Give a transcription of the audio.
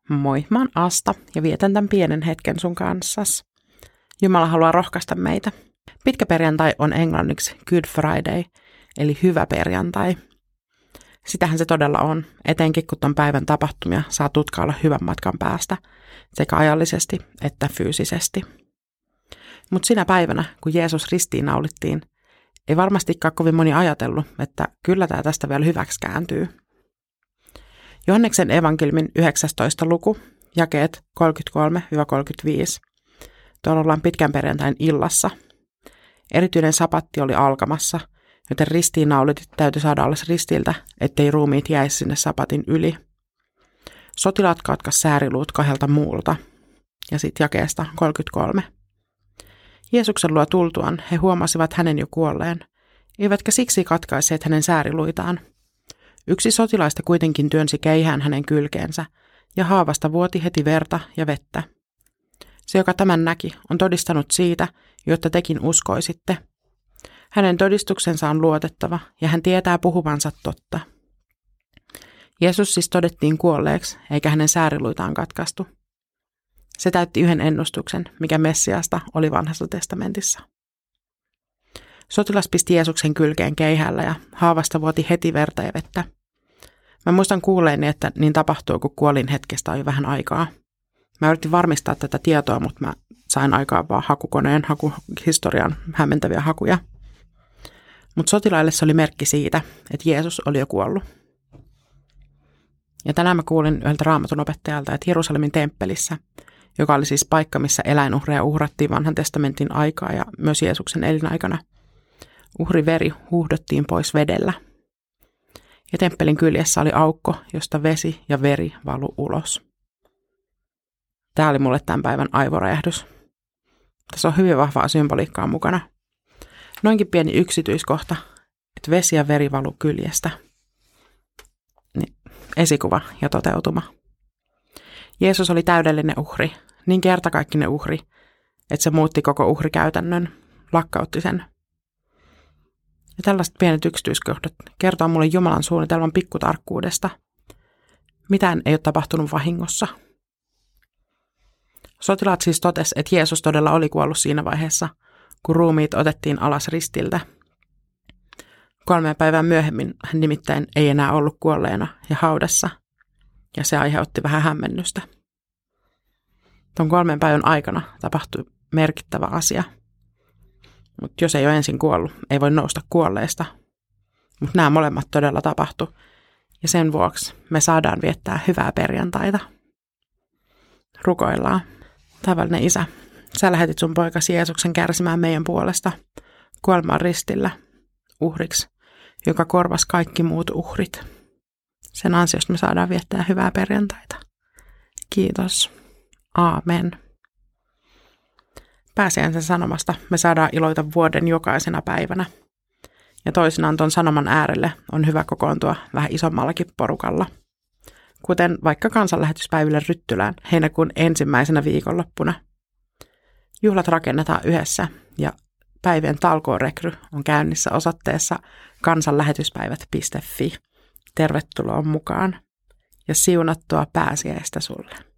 Moi, mä oon Asta ja vietän tämän pienen hetken sun kanssas. Jumala haluaa rohkaista meitä. Pitkä perjantai on englanniksi Good Friday, eli hyvä perjantai. Sitähän se todella on, etenkin kun ton päivän tapahtumia saa tutkailla hyvän matkan päästä, sekä ajallisesti että fyysisesti. Mutta sinä päivänä, kun Jeesus ristiinnaulittiin, ei varmastikaan kovin moni ajatellut, että kyllä tämä tästä vielä hyväksi kääntyy. Johanneksen evankeliumin 19. luku, jakeet 33-35. Tuolla ollaan pitkän perjantain illassa. Erityinen sapatti oli alkamassa, joten ristiinnaulitit täytyi saada alas ristiltä, ettei ruumiit jäisi sinne sapatin yli. Sotilaat katkas sääriluut 2 muulta. Ja sitten jakeesta 33. Jeesuksen luo tultuaan he huomasivat hänen jo kuolleen, eivätkä siksi katkaiseet hänen sääriluitaan. Yksi sotilaista kuitenkin työnsi keihään hänen kylkeensä, ja haavasta vuoti heti verta ja vettä. Se, joka tämän näki, on todistanut siitä, jotta tekin uskoisitte. Hänen todistuksensa on luotettava, ja hän tietää puhuvansa totta. Jeesus siis todettiin kuolleeksi, eikä hänen sääriluitaan katkaistu. Se täytti yhden ennustuksen, mikä Messiasta oli Vanhassa testamentissa. Sotilas pisti Jeesuksen kylkeen keihällä ja haavasta vuoti heti verta ja vettä. Mä muistan kuulleeni, että niin tapahtuu, kun kuolin hetkestä jo vähän aikaa. Mä yritin varmistaa tätä tietoa, mutta mä sain aikaan vaan hakuhistorian hämmentäviä hakuja. Mutta sotilaille se oli merkki siitä, että Jeesus oli jo kuollut. Ja tänään mä kuulin yhdeltä Raamatun opettajalta, että Jerusalemin temppelissä, joka oli siis paikka, missä eläinuhreja uhrattiin Vanhan testamentin aikaa ja myös Jeesuksen elinaikana, uhriveri huuhdottiin pois vedellä. Ja temppelin kyljessä oli aukko, josta vesi ja veri valui ulos. Tämä oli mulle tämän päivän aivoräjähdys. Tässä on hyvin vahvaa symboliikkaa mukana. Noinkin pieni yksityiskohta, että vesi ja veri valui kyljestä. Niin, esikuva ja toteutuma. Jeesus oli täydellinen uhri, niin kertakaikkinen uhri, että se muutti koko uhrikäytännön, lakkautti sen. Ja tällaiset pienet yksityiskohdat kertoo mulle Jumalan suunnitelman pikkutarkkuudesta. Mitään ei ole tapahtunut vahingossa. Sotilaat siis totesi, että Jeesus todella oli kuollut siinä vaiheessa, kun ruumiit otettiin alas ristiltä. 3 päivää myöhemmin hän nimittäin ei enää ollut kuolleena ja haudassa, ja se aiheutti vähän hämmennystä. Tuon 3 päivän aikana tapahtui merkittävä asia. Mutta jos ei ole ensin kuollut, ei voi nousta kuolleesta. Mutta nämä molemmat todella tapahtui, ja sen vuoksi me saadaan viettää hyvää perjantaita. Rukoillaan. Tavallinen Isä, sä lähetit sun poikasi Jeesuksen kärsimään meidän puolesta, kuolemaan ristillä, uhriksi, joka korvasi kaikki muut uhrit. Sen ansiosta me saadaan viettää hyvää perjantaita. Kiitos. Aamen. Pääsiäisen sanomasta me saadaan iloita vuoden jokaisena päivänä. Ja toisinaan ton sanoman äärelle on hyvä kokoontua vähän isommallakin porukalla. Kuten vaikka kansanlähetyspäiville Ryttylään heinäkuun 1. viikonloppuna. Juhlat rakennetaan yhdessä ja päivien talkoorekry on käynnissä osoitteessa kansanlähetyspäivät.fi. Tervetuloa mukaan ja siunattua pääsiäistä sulle.